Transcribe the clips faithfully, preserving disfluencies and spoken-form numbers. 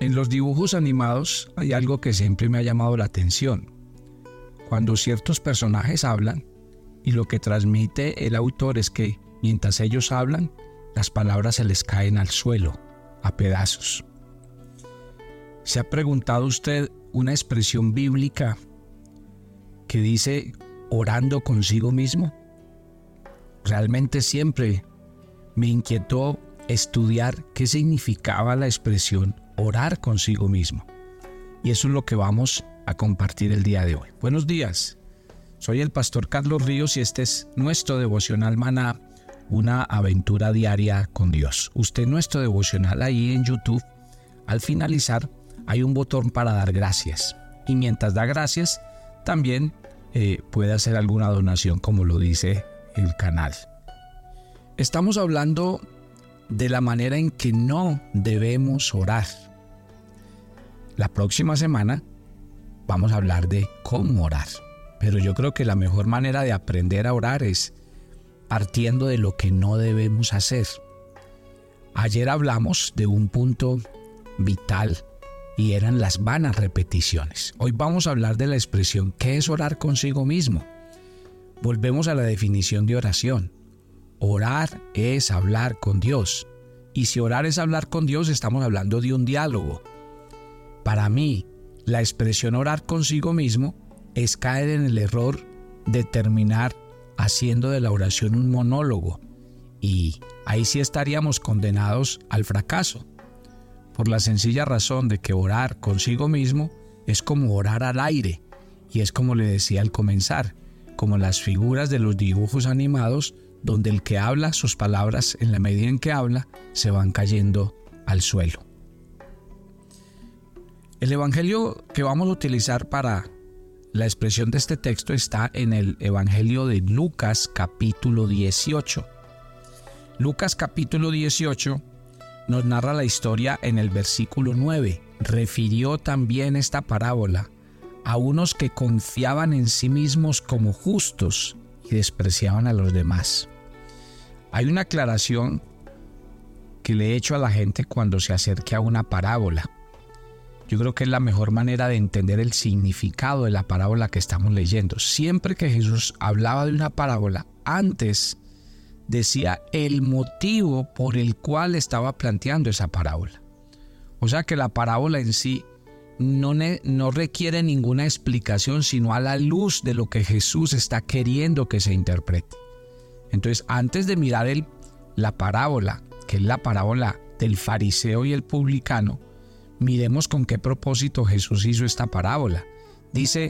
En los dibujos animados hay algo que siempre me ha llamado la atención. Cuando ciertos personajes hablan y lo que transmite el autor es que mientras ellos hablan, las palabras se les caen al suelo, a pedazos. ¿Se ha preguntado usted una expresión bíblica que dice orando consigo mismo? Realmente siempre me inquietó estudiar qué significaba la expresión orar consigo mismo. Y eso es lo que vamos a compartir el día de hoy. Buenos días, soy el pastor Carlos Ríos y este es nuestro devocional Maná, una aventura diaria con Dios. Usted nuestro devocional ahí en YouTube, al finalizar hay un botón para dar gracias. Y mientras da gracias, también eh, puede hacer alguna donación como lo dice el canal. Estamos hablando de la manera en que no debemos orar. La próxima semana vamos a hablar de cómo orar, pero yo creo que la mejor manera de aprender a orar es partiendo de lo que no debemos hacer. Ayer hablamos de un punto vital y eran las vanas repeticiones. Hoy vamos a hablar de la expresión ¿qué es orar consigo mismo? Volvemos a la definición de oración. Orar es hablar con Dios. Y si orar es hablar con Dios, estamos hablando de un diálogo. Para mí, la expresión orar consigo mismo es caer en el error de terminar haciendo de la oración un monólogo. Y ahí sí estaríamos condenados al fracaso. Por la sencilla razón de que orar consigo mismo es como orar al aire. Y es como le decía al comenzar, como las figuras de los dibujos animados, donde el que habla, sus palabras, en la medida en que habla, se van cayendo al suelo. El evangelio que vamos a utilizar para la expresión de este texto está en el evangelio de Lucas capítulo dieciocho. Lucas capítulo dieciocho nos narra la historia en el versículo nueve. Refirió también esta parábola a unos que confiaban en sí mismos como justos y despreciaban a los demás. Hay una aclaración que le he hecho a la gente cuando se acerque a una parábola. Yo creo que es la mejor manera de entender el significado de la parábola que estamos leyendo. Siempre que Jesús hablaba de una parábola, antes decía el motivo por el cual estaba planteando esa parábola. O sea que la parábola en sí no, ne- no requiere ninguna explicación, sino a la luz de lo que Jesús está queriendo que se interprete. Entonces, antes de mirar el, la parábola, que es la parábola del fariseo y el publicano, miremos con qué propósito Jesús hizo esta parábola. Dice,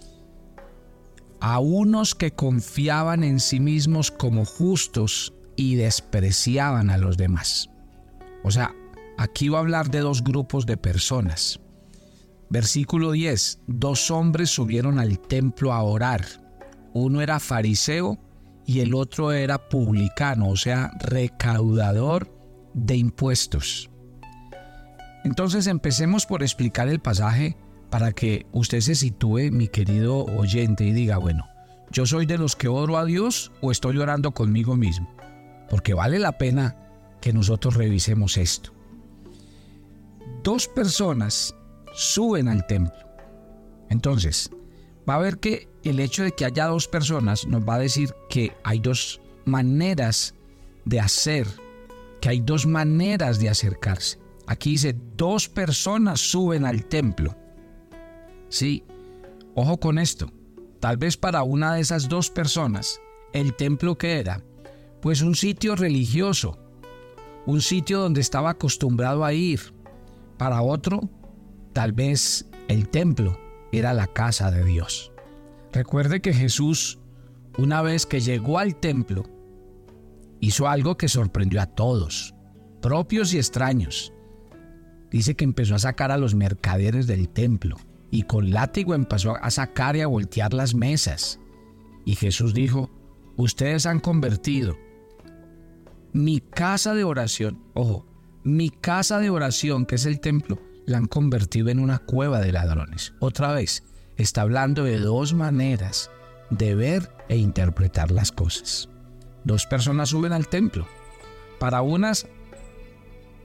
a unos que confiaban en sí mismos como justos y despreciaban a los demás. O sea, aquí va a hablar de dos grupos de personas. Versículo diez, dos hombres subieron al templo a orar. Uno era fariseo y el otro era publicano, o sea, recaudador de impuestos. Entonces empecemos por explicar el pasaje para que usted se sitúe, mi querido oyente, y diga, bueno, ¿yo soy de los que oro a Dios o estoy orando conmigo mismo? Porque vale la pena que nosotros revisemos esto. Dos personas suben al templo. Entonces, va a ver que el hecho de que haya dos personas nos va a decir que hay dos maneras de hacer, que hay dos maneras de acercarse. Aquí dice, dos personas suben al templo. Sí, ojo con esto. Tal vez para una de esas dos personas, el templo ¿qué era? Pues un sitio religioso, un sitio donde estaba acostumbrado a ir. Para otro, tal vez el templo era la casa de Dios. Recuerde que Jesús, una vez que llegó al templo, hizo algo que sorprendió a todos, propios y extraños. Dice que empezó a sacar a los mercaderes del templo y con látigo empezó a sacar y a voltear las mesas. Y Jesús dijo, ustedes han convertido mi casa de oración, ojo, mi casa de oración, que es el templo, la han convertido en una cueva de ladrones. Otra vez, está hablando de dos maneras de ver e interpretar las cosas. Dos personas suben al templo. Para unas,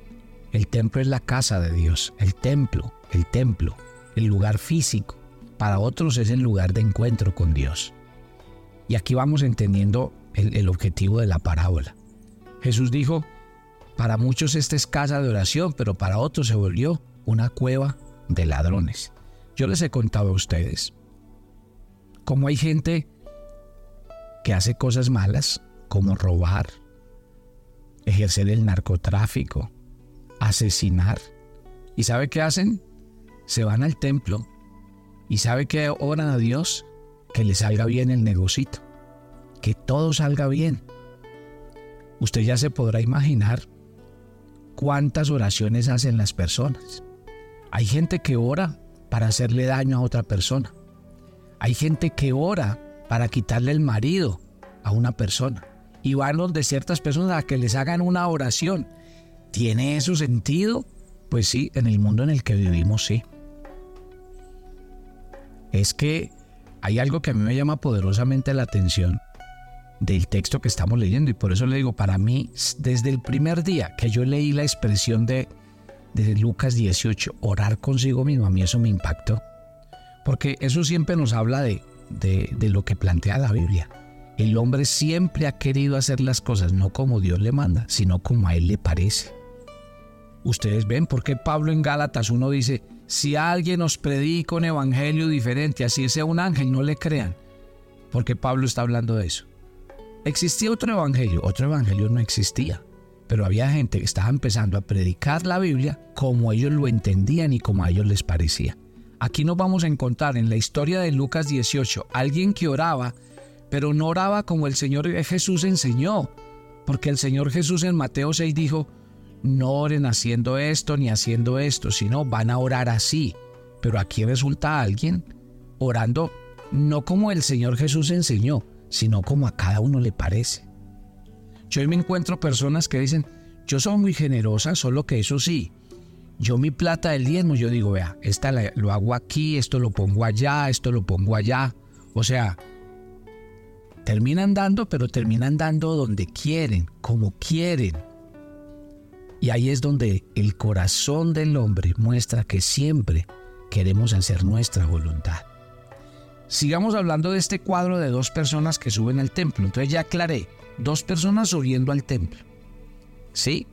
El templo es la casa de Dios, el templo, el templo, el lugar físico. Para otros es el lugar de encuentro con Dios. Y aquí vamos entendiendo el, el objetivo de la parábola. Jesús dijo, para muchos esta es casa de oración, pero para otros se volvió una cueva de ladrones. Yo les he contado a ustedes cómo hay gente que hace cosas malas, como robar, ejercer el narcotráfico, asesinar. ¿Y sabe qué hacen? Se van al templo y ¿sabe qué oran a Dios? Que le salga bien el negocito, que todo salga bien. Usted ya se podrá imaginar cuántas oraciones hacen las personas. Hay gente que ora para hacerle daño a otra persona. Hay gente que ora para quitarle el marido a una persona. Y van donde ciertas personas a que les hagan una oración. ¿Tiene eso sentido? Pues sí, en el mundo en el que vivimos, sí. Es que hay algo que a mí me llama poderosamente la atención del texto que estamos leyendo, y por eso le digo, para mí, desde el primer día que yo leí la expresión de, de Lucas dieciocho, orar consigo mismo, a mí eso me impactó. Porque eso siempre nos habla de, de, de lo que plantea la Biblia. El hombre siempre ha querido hacer las cosas no como Dios le manda, sino como a él le parece. Ustedes ven por qué Pablo en Gálatas uno dice, si alguien os predica un evangelio diferente, así sea un ángel, no le crean. Porque Pablo está hablando de eso. Existía otro evangelio, otro evangelio no existía. Pero había gente que estaba empezando a predicar la Biblia como ellos lo entendían y como a ellos les parecía. Aquí nos vamos a encontrar en la historia de Lucas dieciocho, alguien que oraba, pero no oraba como el Señor Jesús enseñó, porque el Señor Jesús en Mateo seis dijo, no oren haciendo esto ni haciendo esto, sino van a orar así. Pero aquí resulta alguien orando no como el Señor Jesús enseñó, sino como a cada uno le parece. Yo hoy me encuentro personas que dicen, yo soy muy generosa, solo que eso sí, yo mi plata del diezmo, yo digo, vea, esta la, lo hago aquí, esto lo pongo allá, esto lo pongo allá. O sea, terminan dando, pero terminan dando donde quieren, como quieren. Y ahí es donde el corazón del hombre muestra que siempre queremos hacer nuestra voluntad. Sigamos hablando de este cuadro de dos personas que suben al templo. Entonces ya aclaré, dos personas subiendo al templo. ¿Sí?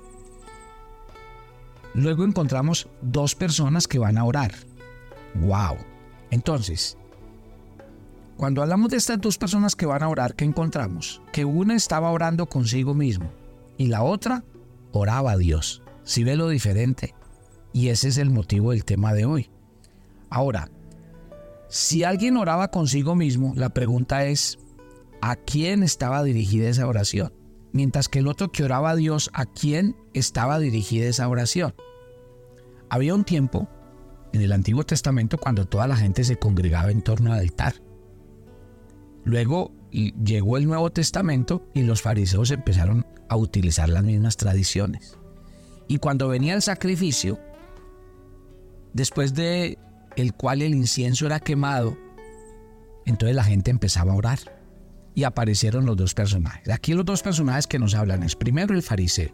Luego encontramos dos personas que van a orar. ¡Wow! Entonces, cuando hablamos de estas dos personas que van a orar, ¿qué encontramos? Que una estaba orando consigo mismo y la otra oraba a Dios. ¿Sí ve lo diferente? Y ese es el motivo del tema de hoy. Ahora, si alguien oraba consigo mismo, la pregunta es, ¿a quién estaba dirigida esa oración? Mientras que el otro que oraba a Dios, ¿a quién estaba dirigida esa oración? Había un tiempo en el Antiguo Testamento cuando toda la gente se congregaba en torno al altar. Luego llegó el Nuevo Testamento y los fariseos empezaron a utilizar las mismas tradiciones. Y cuando venía el sacrificio, después de el cual el incienso era quemado, entonces la gente empezaba a orar y aparecieron los dos personajes. Aquí los dos personajes que nos hablan es primero el fariseo.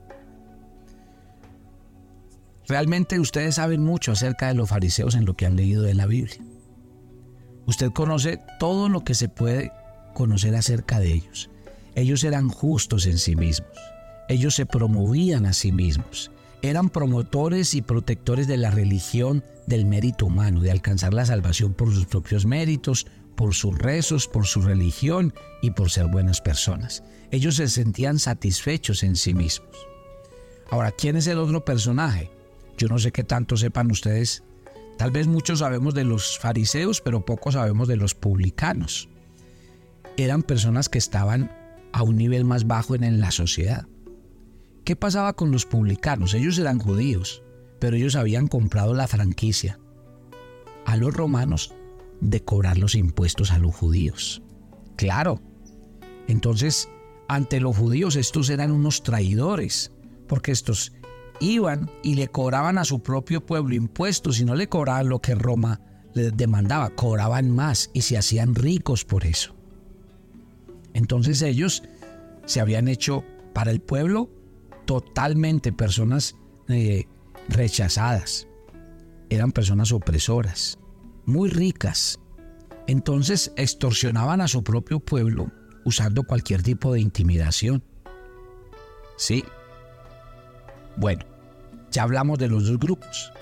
Realmente ustedes saben mucho acerca de los fariseos en lo que han leído de la Biblia. Usted conoce todo lo que se puede conocer acerca de ellos. Ellos eran justos en sí mismos. Ellos se promovían a sí mismos. Eran promotores y protectores de la religión del mérito humano, de alcanzar la salvación por sus propios méritos, por sus rezos, por su religión y por ser buenas personas. Ellos se sentían satisfechos en sí mismos. Ahora, ¿quién es el otro personaje? Yo no sé qué tanto sepan ustedes. Tal vez muchos sabemos de los fariseos, pero poco sabemos de los publicanos. Eran personas que estaban a un nivel más bajo en la sociedad. ¿Qué pasaba con los publicanos? Ellos eran judíos, pero ellos habían comprado la franquicia a los romanos de cobrar los impuestos a los judíos. Claro. Entonces, ante los judíos estos eran unos traidores, porque estos iban y le cobraban a su propio pueblo impuestos y no le cobraban lo que Roma les demandaba, cobraban más y se hacían ricos por eso. Entonces ellos se habían hecho para el pueblo totalmente personas eh, rechazadas, eran personas opresoras, muy ricas. Entonces extorsionaban a su propio pueblo usando cualquier tipo de intimidación. ¿Sí? Bueno, ya hablamos de los dos grupos.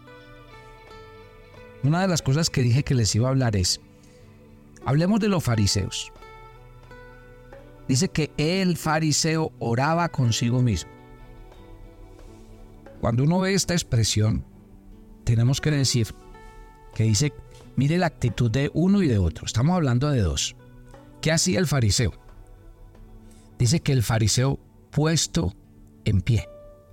Una de las cosas que dije que les iba a hablar es, hablemos de los fariseos. Dice que el fariseo oraba consigo mismo. Cuando uno ve esta expresión, tenemos que decir que dice, mire la actitud de uno y de otro. Estamos hablando de dos. ¿Qué hacía el fariseo? Dice que el fariseo puesto en pie.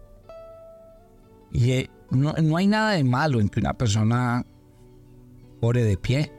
Y no, no hay nada de malo en que una persona ore de pie.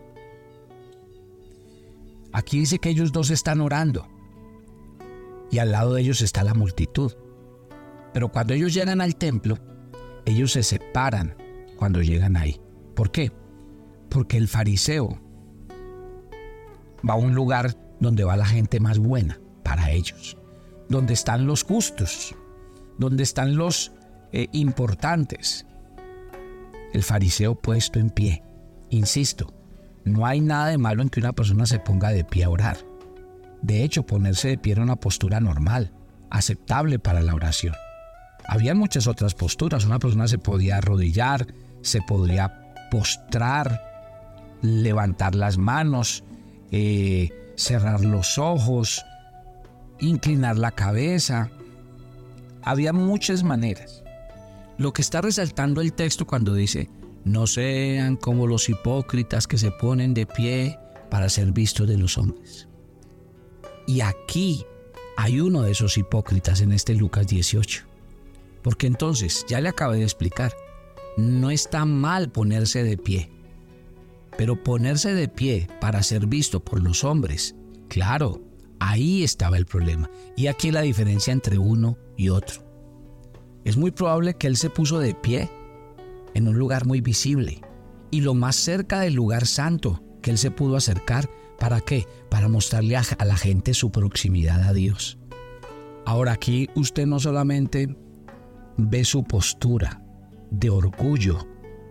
Aquí dice que ellos dos están orando y al lado de ellos está la multitud. Pero cuando ellos llegan al templo, ellos se separan cuando llegan ahí. ¿Por qué? Porque el fariseo va a un lugar donde va la gente más buena para ellos, donde están los justos, donde están los eh, importantes. El fariseo puesto en pie. Insisto, no hay nada de malo en que una persona se ponga de pie a orar. De hecho, ponerse de pie era una postura normal, aceptable para la oración. Había muchas otras posturas. Una persona se podía arrodillar, se podría postrar, levantar las manos, eh, cerrar los ojos, inclinar la cabeza. Había muchas maneras. Lo que está resaltando el texto cuando dice, no sean como los hipócritas que se ponen de pie para ser vistos de los hombres. Y aquí hay uno de esos hipócritas en este Lucas dieciocho. Porque entonces, ya le acabé de explicar, no está mal ponerse de pie. Pero ponerse de pie para ser visto por los hombres, claro, ahí estaba el problema. Y aquí la diferencia entre uno y otro. Es muy probable que él se puso de pie en un lugar muy visible y lo más cerca del lugar santo que él se pudo acercar. ¿Para qué? Para mostrarle a, a la gente su proximidad a Dios. Ahora aquí usted no solamente ve su postura de orgullo,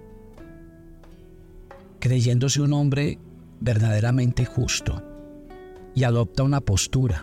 creyéndose un hombre verdaderamente justo, y adopta una postura.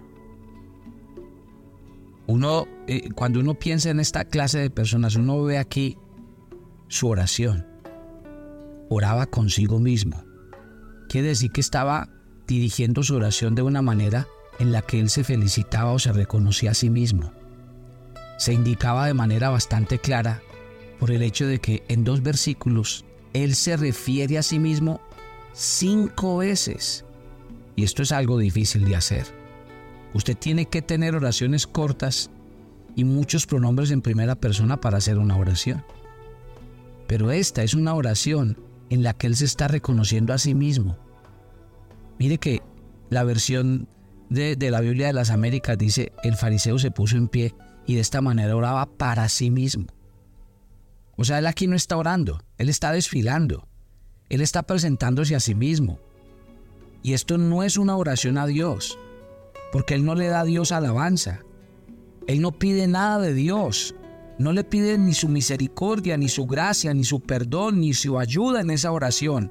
Uno, eh, cuando uno piensa en esta clase de personas, uno ve aquí su oración. Oraba consigo mismo. Quiere decir que estaba dirigiendo su oración de una manera en la que él se felicitaba o se reconocía a sí mismo. Se indicaba de manera bastante clara por el hecho de que en dos versículos él se refiere a sí mismo cinco veces. Y esto es algo difícil de hacer. Usted tiene que tener oraciones cortas y muchos pronombres en primera persona para hacer una oración. Pero esta es una oración en la que él se está reconociendo a sí mismo. Mire que la versión de, de la Biblia de las Américas dice, el fariseo se puso en pie y de esta manera oraba para sí mismo. O sea, él aquí no está orando, él está desfilando, él está presentándose a sí mismo. Y esto no es una oración a Dios, porque él no le da a Dios alabanza. Él no pide nada de Dios, no le pide ni su misericordia, ni su gracia, ni su perdón, ni su ayuda en esa oración.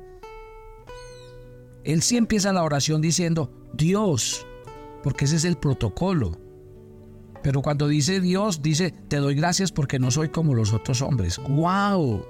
Él sí empieza la oración diciendo Dios, porque ese es el protocolo. Pero cuando dice Dios, dice, te doy gracias porque no soy como los otros hombres. ¡Wow!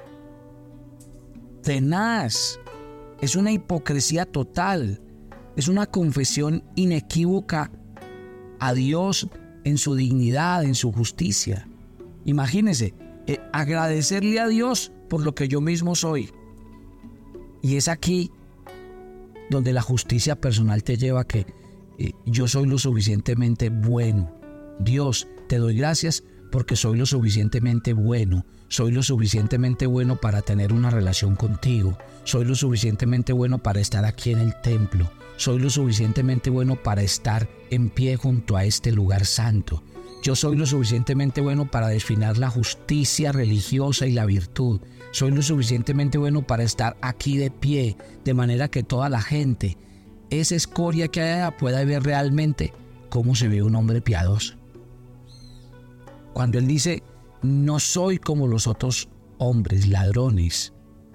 Tenaz. Es una hipocresía total. Es una confesión inequívoca a Dios en su dignidad, en su justicia. Imagínense, eh, agradecerle a Dios por lo que yo mismo soy. Y es aquí donde la justicia personal te lleva a que eh, yo soy lo suficientemente bueno. Dios, te doy gracias porque soy lo suficientemente bueno. Soy lo suficientemente bueno para tener una relación contigo. Soy lo suficientemente bueno para estar aquí en el templo. Soy lo suficientemente bueno para estar en pie junto a este lugar santo. Yo soy lo suficientemente bueno para desfilar la justicia religiosa y la virtud. Soy lo suficientemente bueno para estar aquí de pie, de manera que toda la gente, esa escoria que hay allá, pueda ver realmente cómo se ve un hombre piadoso. Cuando él dice, no soy como los otros hombres, ladrones.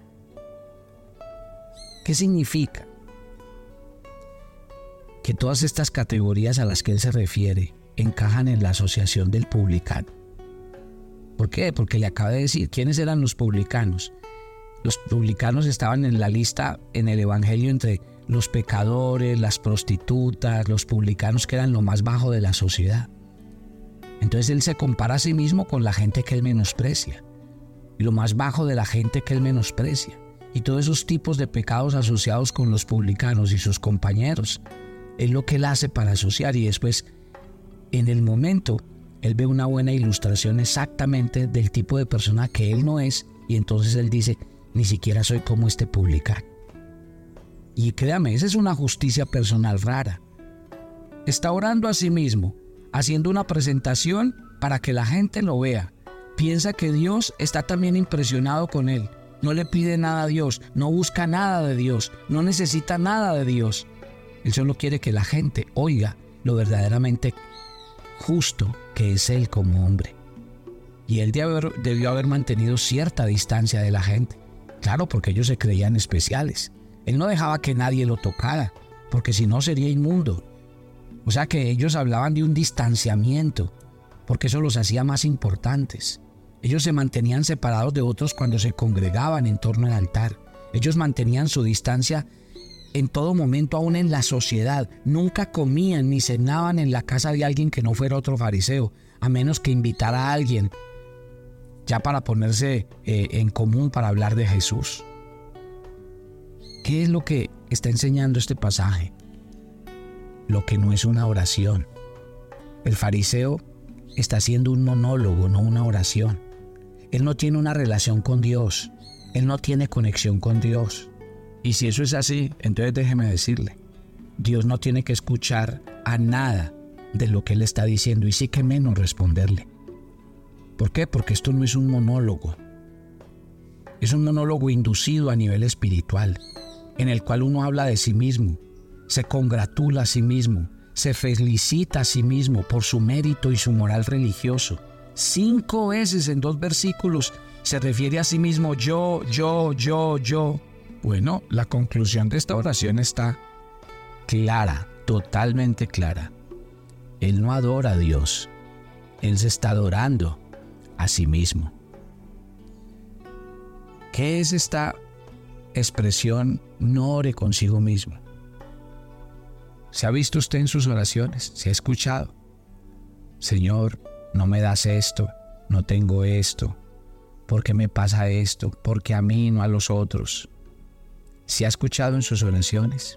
¿Qué significa? Que todas estas categorías a las que él se refiere encajan en la asociación del publicano. ¿Por qué? Porque le acaba de decir quiénes eran los publicanos. Los publicanos estaban en la lista en el Evangelio entre los pecadores, las prostitutas, los publicanos, que eran lo más bajo de la sociedad. Entonces él se compara a sí mismo con la gente que él menosprecia, y lo más bajo de la gente que él menosprecia, y todos esos tipos de pecados asociados con los publicanos y sus compañeros. Es lo que él hace para asociar, y después, en el momento, él ve una buena ilustración exactamente del tipo de persona que él no es, y entonces él dice: ni siquiera soy como este publicano. Y créame, esa es una justicia personal rara. Está orando a sí mismo, haciendo una presentación para que la gente lo vea. Piensa que Dios está también impresionado con él. No le pide nada a Dios, no busca nada de Dios, no necesita nada de Dios. Él solo quiere que la gente oiga lo verdaderamente justo que es él como hombre. Y él debió haber, debió haber mantenido cierta distancia de la gente. Claro, porque ellos se creían especiales. Él no dejaba que nadie lo tocara, porque si no sería inmundo. O sea que ellos hablaban de un distanciamiento, porque eso los hacía más importantes. Ellos se mantenían separados de otros cuando se congregaban en torno al altar. Ellos mantenían su distancia en todo momento, aún en la sociedad. Nunca comían ni cenaban en la casa de alguien que no fuera otro fariseo, a menos que invitara a alguien ya para ponerse eh, en común para hablar de Jesús. ¿Qué es lo que está enseñando este pasaje? Lo que no es una oración. El fariseo está haciendo un monólogo, no una oración. Él no tiene una relación con Dios. Él no tiene conexión con Dios. Y si eso es así, entonces déjeme decirle, Dios no tiene que escuchar a nada de lo que él está diciendo, y sí que menos responderle. ¿Por qué? Porque esto no es un monólogo. Es un monólogo inducido a nivel espiritual, en el cual uno habla de sí mismo, se congratula a sí mismo, se felicita a sí mismo por su mérito y su moral religioso. Cinco veces en dos versículos se refiere a sí mismo: yo, yo, yo, yo. Bueno, la conclusión de esta oración está clara, totalmente clara. Él no adora a Dios, él se está adorando a sí mismo. ¿Qué es esta expresión no ore consigo mismo? ¿Se ha visto usted en sus oraciones? ¿Se ha escuchado? Señor, no me das esto, no tengo esto, ¿por qué me pasa esto? ¿Por qué a mí, no a los otros? ¿Se ha escuchado en sus oraciones?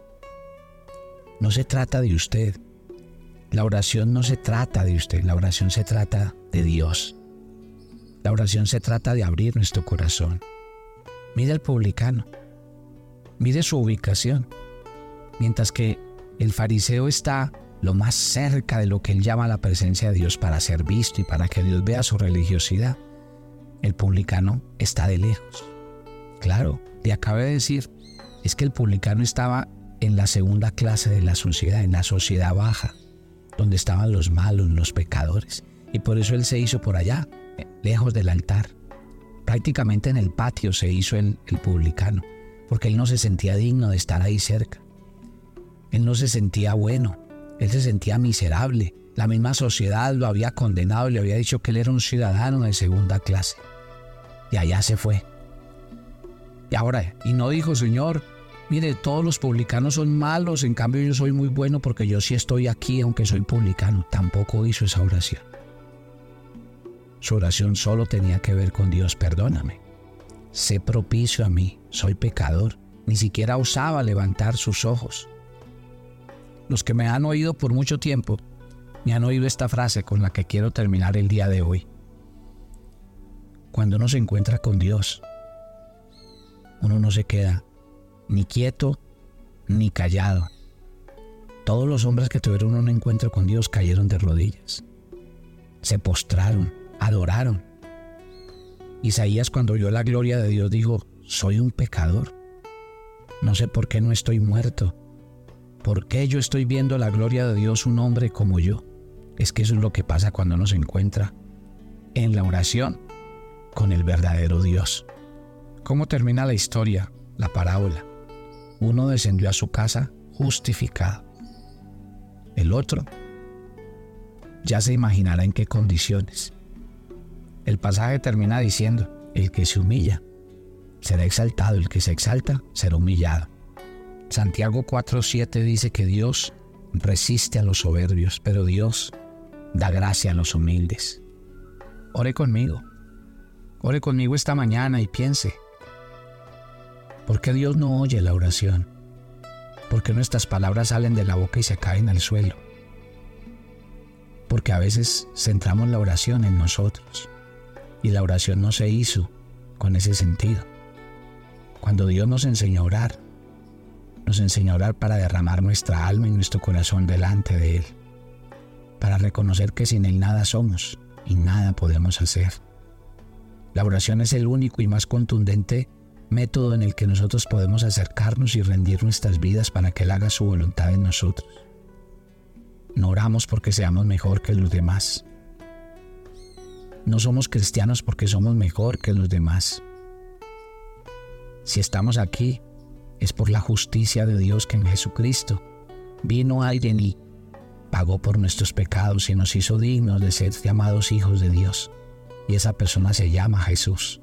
No se trata de usted. La oración no se trata de usted, la oración se trata de Dios. La oración se trata de abrir nuestro corazón. Mire al publicano, mire su ubicación. Mientras que el fariseo está lo más cerca de lo que él llama la presencia de Dios para ser visto y para que Dios vea su religiosidad, el publicano está de lejos. Claro, le acabé de decir, es que el publicano estaba en la segunda clase de la sociedad, en la sociedad baja, donde estaban los malos, los pecadores, y por eso él se hizo por allá, lejos del altar. Prácticamente en el patio se hizo el, el publicano, porque él no se sentía digno de estar ahí cerca. Él no se sentía bueno, él se sentía miserable. La misma sociedad lo había condenado y le había dicho que él era un ciudadano de segunda clase. Y allá se fue. Y ahora, y no dijo: Señor, mire, todos los publicanos son malos, en cambio yo soy muy bueno porque yo sí estoy aquí aunque soy publicano. Tampoco hizo esa oración. Su oración solo tenía que ver con Dios: perdóname, sé propicio a mí, soy pecador. Ni siquiera osaba levantar sus ojos. Los que me han oído por mucho tiempo me han oído esta frase con la que quiero terminar el día de hoy. Cuando uno se encuentra con Dios, uno no se queda ni quieto ni callado. Todos los hombres que tuvieron un encuentro con Dios cayeron de rodillas, se postraron, adoraron. Isaías, cuando vio la gloria de Dios, dijo: soy un pecador, no sé por qué no estoy muerto. ¿Por qué yo estoy viendo la gloria de Dios, un hombre como yo? Es que eso es lo que pasa cuando uno se encuentra en la oración con el verdadero Dios. ¿Cómo termina la historia, la parábola? Uno descendió a su casa justificado. El otro ya se imaginará en qué condiciones. El pasaje termina diciendo: el que se humilla será exaltado, el que se exalta será humillado. Santiago cuatro siete dice que Dios resiste a los soberbios, pero Dios da gracia a los humildes. Ore conmigo, ore conmigo esta mañana y piense: ¿por qué Dios no oye la oración? ¿Por qué nuestras palabras salen de la boca y se caen al suelo? Porque a veces centramos la oración en nosotros y la oración no se hizo con ese sentido. Cuando Dios nos enseñó a orar, nos enseñó a orar para derramar nuestra alma y nuestro corazón delante de Él, para reconocer que sin Él nada somos y nada podemos hacer. La oración es el único y más contundente método en el que nosotros podemos acercarnos y rendir nuestras vidas para que Él haga su voluntad en nosotros. No oramos porque seamos mejor que los demás. No somos cristianos porque somos mejor que los demás. Si estamos aquí, es por la justicia de Dios que en Jesucristo vino alguien y pagó por nuestros pecados y nos hizo dignos de ser llamados hijos de Dios. Y esa persona se llama Jesús.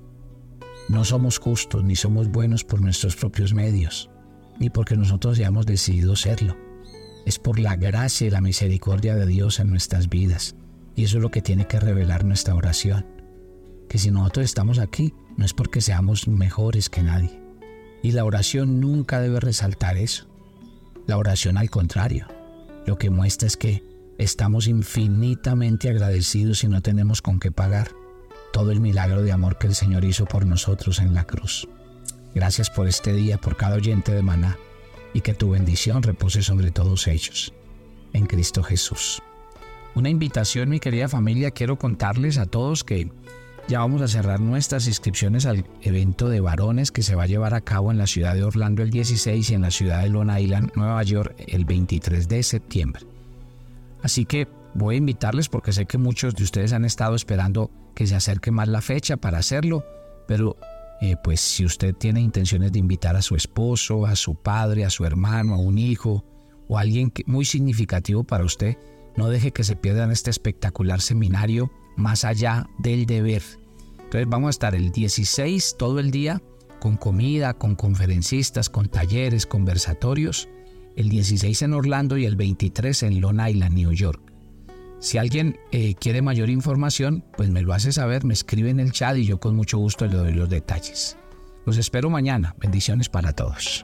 No somos justos ni somos buenos por nuestros propios medios, ni porque nosotros hayamos decidido serlo. Es por la gracia y la misericordia de Dios en nuestras vidas. Y eso es lo que tiene que revelar nuestra oración. Que si nosotros estamos aquí, no es porque seamos mejores que nadie. Y la oración nunca debe resaltar eso. La oración, al contrario, lo que muestra es que estamos infinitamente agradecidos y no tenemos con qué pagar todo el milagro de amor que el Señor hizo por nosotros en la cruz. Gracias por este día, por cada oyente de Maná, y que tu bendición repose sobre todos ellos. En Cristo Jesús. Una invitación, mi querida familia, quiero contarles a todos que ya vamos a cerrar nuestras inscripciones al evento de varones que se va a llevar a cabo en la ciudad de Orlando el dieciséis y en la ciudad de Long Island, Nueva York, el veintitrés de septiembre. Así que voy a invitarles porque sé que muchos de ustedes han estado esperando que se acerque más la fecha para hacerlo, pero eh, pues si usted tiene intenciones de invitar a su esposo, a su padre, a su hermano, a un hijo o a alguien que, muy significativo para usted, no deje que se pierdan este espectacular seminario Más allá del deber. Entonces vamos a estar el dieciséis todo el día con comida, con conferencistas, con talleres, conversatorios. El dieciséis en Orlando y el veintitrés en Long Island, New York. Si alguien eh, quiere mayor información, pues me lo hace saber, me escribe en el chat y yo con mucho gusto le doy los detalles. Los espero mañana. Bendiciones para todos.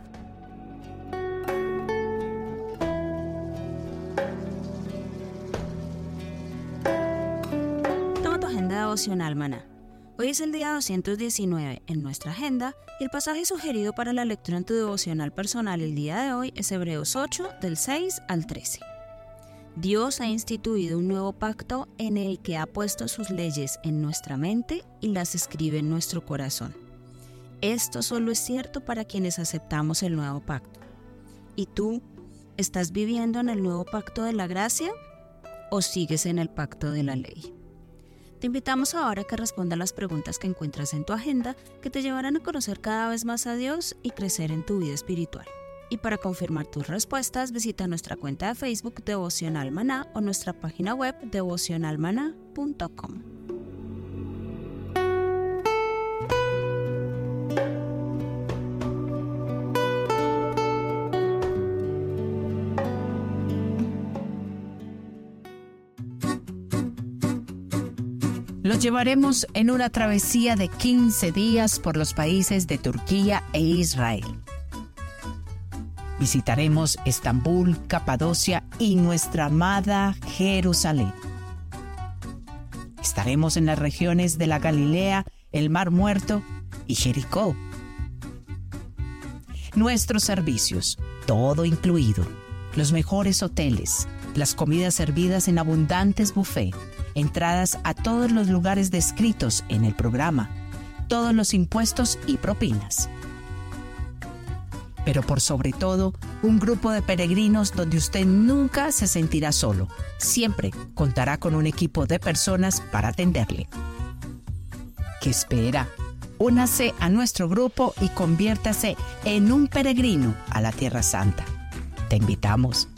Toma tu agenda devocional, Maná. Hoy es el día doscientos diecinueve en nuestra agenda y el pasaje sugerido para la lectura en tu devocional personal el día de hoy es Hebreos ocho, del seis al trece. Dios ha instituido un nuevo pacto en el que ha puesto sus leyes en nuestra mente y las escribe en nuestro corazón. Esto solo es cierto para quienes aceptamos el nuevo pacto. ¿Y tú, estás viviendo en el nuevo pacto de la gracia o sigues en el pacto de la ley? Te invitamos ahora a que respondas las preguntas que encuentras en tu agenda que te llevarán a conocer cada vez más a Dios y crecer en tu vida espiritual. Y para confirmar tus respuestas, visita nuestra cuenta de Facebook Devocional Maná o nuestra página web devocional maná punto com. Los llevaremos en una travesía de quince días por los países de Turquía e Israel. Visitaremos Estambul, Capadocia y nuestra amada Jerusalén. Estaremos en las regiones de la Galilea, el Mar Muerto y Jericó. Nuestros servicios, todo incluido, los mejores hoteles, las comidas servidas en abundantes buffets, entradas a todos los lugares descritos en el programa, todos los impuestos y propinas. Pero por sobre todo, un grupo de peregrinos donde usted nunca se sentirá solo. Siempre contará con un equipo de personas para atenderle. ¿Qué espera? Únase a nuestro grupo y conviértase en un peregrino a la Tierra Santa. Te invitamos.